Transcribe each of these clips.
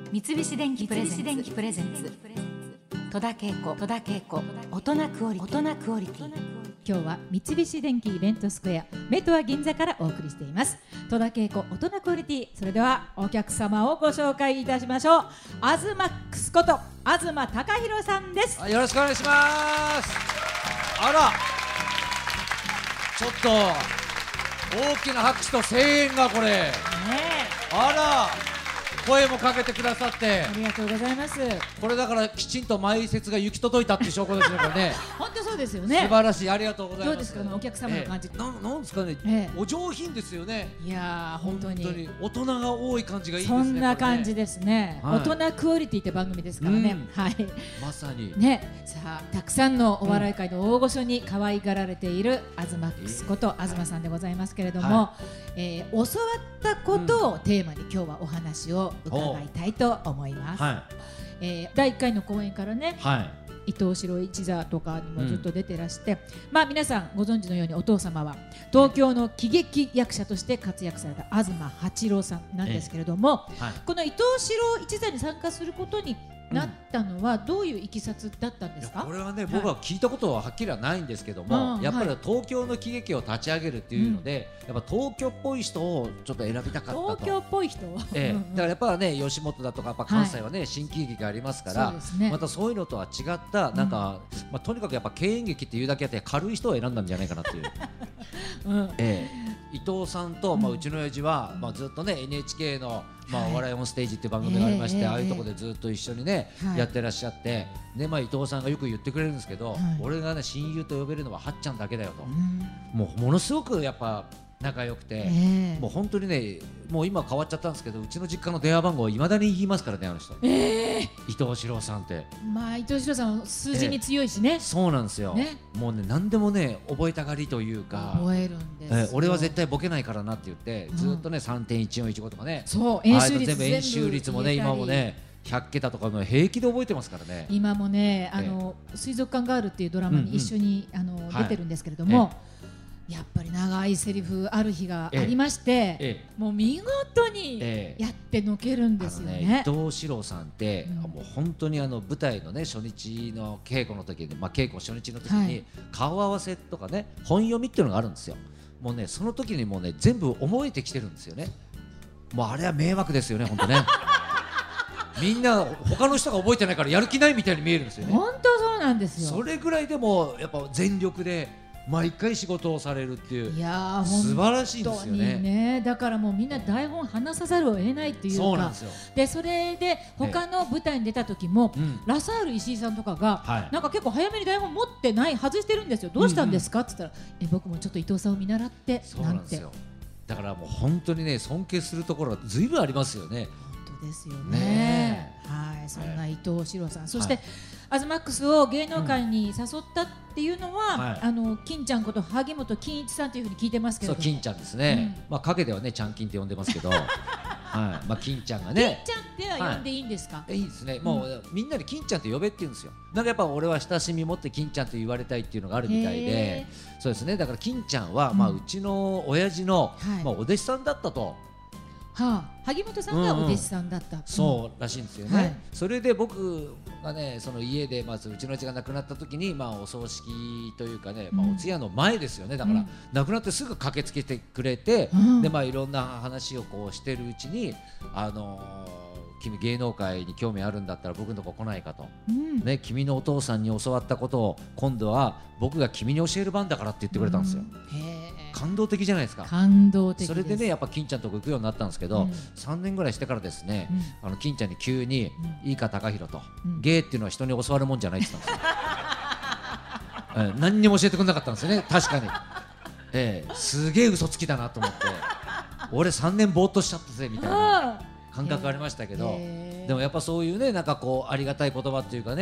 三菱電機プレゼンツ戸田恵子大人クオリティ。 今日は三菱電機イベントスクエアメトア銀座からお送りしています戸田恵子大人クオリティ。それではお客様をご紹介いたしましょう。アズマックスこと東貴弘さんです。 よろしくお願いします。あら、ちょっと大きな拍手と声援がこれ、あら、声もかけてくださってありがとうございます。 これだからきちんと前説が行き届いたっていう証拠ですね、これね。 本当そうですよね。 素晴らしい、ありがとうございます。 どうですか、お客様の感じ。 なんですかね、お上品ですよね。 いやー、本当に大人が多い感じがいいですね。 そんな感じですね、大人クオリティって番組ですからね、はい、 まさにね。さあ、たくさんのお笑い界の大御所に可愛がられているアズマックスこと東さんでございますけれども、教わったことをテーマに今日はお話を伺いたいと思います。第1回の公演からね、伊藤四郎一座とかにもずっと出てらして、まあ皆さんご存知のようにお父様は東京の喜劇役者として活躍された東八郎さんなんですけれども、この伊藤四郎一座に参加することになったのはどういういきさつだったんですか？ これはね、僕は聞いたことははっきりはないんですけども、やっぱり東京の喜劇を立ち上げるっていうので、やっぱ東京っぽい人をちょっと選びたかったと。 東京っぽい人、 だからやっぱね、吉本だとかやっぱ関西はね、新喜劇がありますから、またそういうのとは違ったなんか、とにかくやっぱ敬遠劇っていうだけあって軽い人を選んだんじゃないかなっていう。伊藤さんと、うちの親父は、ずっとね NHK の、お笑いオンステージっていう番組がありまして、ああいうところでずっと一緒にね、やってらっしゃって、で、伊藤さんがよく言ってくれるんですけど、俺がね親友と呼べるのははっちゃんだけだよと、ものすごくやっぱ仲良くて、もう本当にね、もう今変わっちゃったんですけど、うちの実家の電話番号をいまだに言いますからね、あの人。伊藤四郎さんって。 伊藤四郎さん数字に強いしね。 そうなんですよ。もうね、何でもね覚えたがりというか。 覚えるんです。 俺は絶対ボケないからなって言って、ずっとね 3.1415 とかね。 そう、演習率全部演習率もね、今もね100桁とかも平気で覚えてますからね。 今もね、水族館ガールっていうドラマに一緒に出てるんですけれども、やっぱり長いセリフある日がありまして、もう見事にやってのけるんですよね。 伊藤四郎さんって、もう本当に舞台のね初日の稽古の時に、稽古初日の時に顔合わせとかね、本読みっていうのがあるんですよ。もうね、その時にもうね全部覚えてきてるんですよね。もうあれは迷惑ですよね、本当ね。みんな他の人が覚えてないからやる気ないみたいに見えるんですよね。 本当そうなんですよ。 それぐらいでもやっぱ全力で毎回仕事をされるっていう、 いや素晴らしいんですよね。 だからもうみんな台本話さざるを得ないっていうか、 そうなんですよ。 でそれで他の舞台に出た時も、ラサール石井さんとかが、なんか結構早めに台本持ってない外してるんですよ。どうしたんですかって言ったら、僕もちょっと伊藤さんを見習ってなんて。 だからもう本当にね、尊敬するところがずいぶんありますよね。 本当ですよね。はい、そんな伊藤四郎さん、そしてアズマックスを芸能界に誘ったっていうのは、金ちゃんこと萩本欽一さんというふうに聞いてますけど。 そう、金ちゃんですね。陰ではねちゃん金って呼んでますけど、金ちゃんがね。 金ちゃんっては呼んでいいんですか？ いいですね。もうみんなで金ちゃんって呼べって言うんですよ。なんかやっぱ俺は親しみ持って金ちゃんと言われたいっていうのがあるみたいで、そうですね。だから金ちゃんはうちの親父のお弟子さんだったと。 萩本さんがお弟子さんだった、 そうらしいんですよね。それで僕がね、その家でまずうちの父が亡くなった時に、お葬式というかね、お通夜の前ですよね。だから亡くなってすぐ駆けつけてくれて、でいろんな話をこうしてるうちに、君芸能界に興味あるんだったら僕のとこ来ないかと、君のお父さんに教わったことを今度は僕が君に教える番だからって言ってくれたんですよ。感動的じゃないですか。 感動的です。 それでね、やっぱ金ちゃんとこ行くようになったんですけど、3年ぐらいしてからですね、金ちゃんに急にいいか貴弘と、芸っていうのは人に教わるもんじゃないって言ったんですよ。何にも教えてくれなかったんですよね、確かに。すげえ嘘つきだなと思って、俺3年ぼーっとしちゃったぜみたいな感覚ありましたけど、でもやっぱそういうね、なんかこうありがたい言葉っていうかね、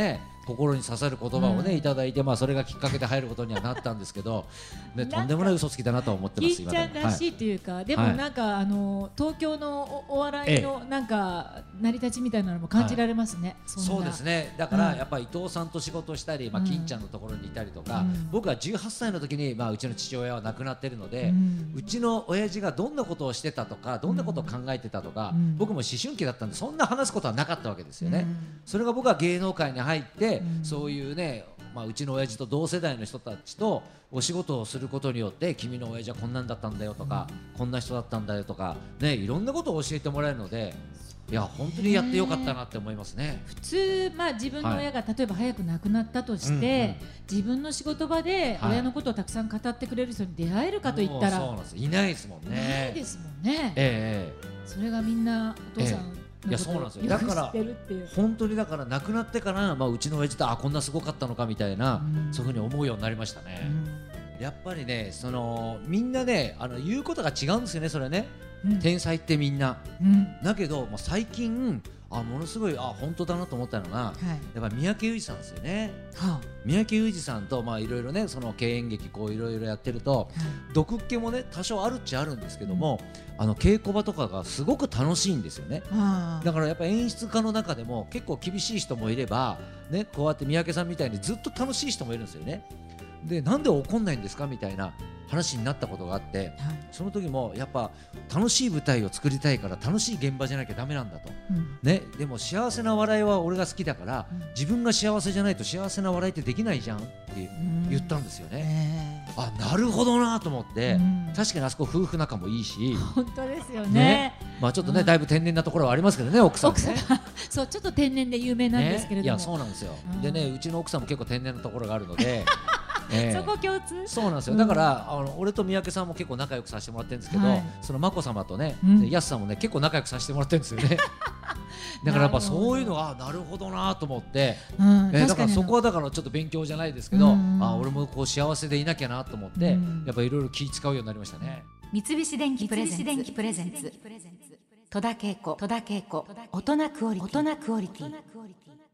心に刺さる言葉をね、いただいて、まあそれがきっかけで入ることにはなったんですけど、ね、とんでもない嘘つきだなとは思ってます。 銀ちゃんらしいというか、でもなんか東京のお笑いのなんか成り立ちみたいなのも感じられますね。 そうですね。だからやっぱり伊藤さんと仕事したり、まあ金ちゃんのところにいたりとか、僕は18歳の時にまあうちの父親は亡くなっているので、うちの親父がどんなことをしてたとか、どんなことを考えてたとか、僕も思春期だったんでそんな話すことはなかったわけですよね。それが僕は芸能界に入って、そういうね、まあ、うちの親父と同世代の人たちとお仕事をすることによって、君の親父はこんなんだったんだよとか、こんな人だったんだよとか、ね、いろんなことを教えてもらえるので、いや本当にやってよかったなって思いますね。 普通、まあ、自分の親が例えば早く亡くなったとして、自分の仕事場で親のことをたくさん語ってくれる人に出会えるかといったら、 そうなんです、いないですもんね。 ないですもんね。それがみんなお父さんいやそうなんですよ。だから本当にだから亡くなってから、まあ、うちの親父とこんなすごかったのかみたいな、そういうふうに思うようになりましたね。やっぱりね、みんなね、言うことが違うんですよね、それね。天才ってみんな、だけどもう最近ものすごい本当だなと思ったのが、やっぱ三宅裕司さんですよね。三宅裕司さんといろいろね、その敬遠劇こういろいろやってると、毒っ気もね多少あるっちゃあるんですけども、稽古場とかがすごく楽しいんですよね。だからやっぱ演出家の中でも結構厳しい人もいればね、こうやって三宅さんみたいにずっと楽しい人もいるんですよね。で、なんで怒んないんですかみたいな話になったことがあって、その時もやっぱ楽しい舞台を作りたいから楽しい現場じゃなきゃダメなんだと、ね、でも幸せな笑いは俺が好きだから、自分が幸せじゃないと幸せな笑いってできないじゃんって言ったんですよね。なるほどなと思って、確かにあそこ夫婦仲もいいし、 本当ですよね。 まあちょっとね、だいぶ天然なところはありますけどね、奥さんね。 そうちょっと天然で有名なんですけれども、 いやそうなんですよ。でね、うちの奥さんも結構天然なところがあるのでそこ共通。 そうなんですよ。だから俺と三宅さんも結構仲良くさせてもらってるんですけど、その眞子さまとね、やすさんもね結構仲良くさせてもらってるんですよね。だからやっぱそういうのはなるほどなと思って、だからそこはだからちょっと勉強じゃないですけど、俺もこう幸せでいなきゃなと思って、やっぱいろいろ気使うようになりましたね。 三菱電機プレゼンツ戸田恵子大人クオリティ。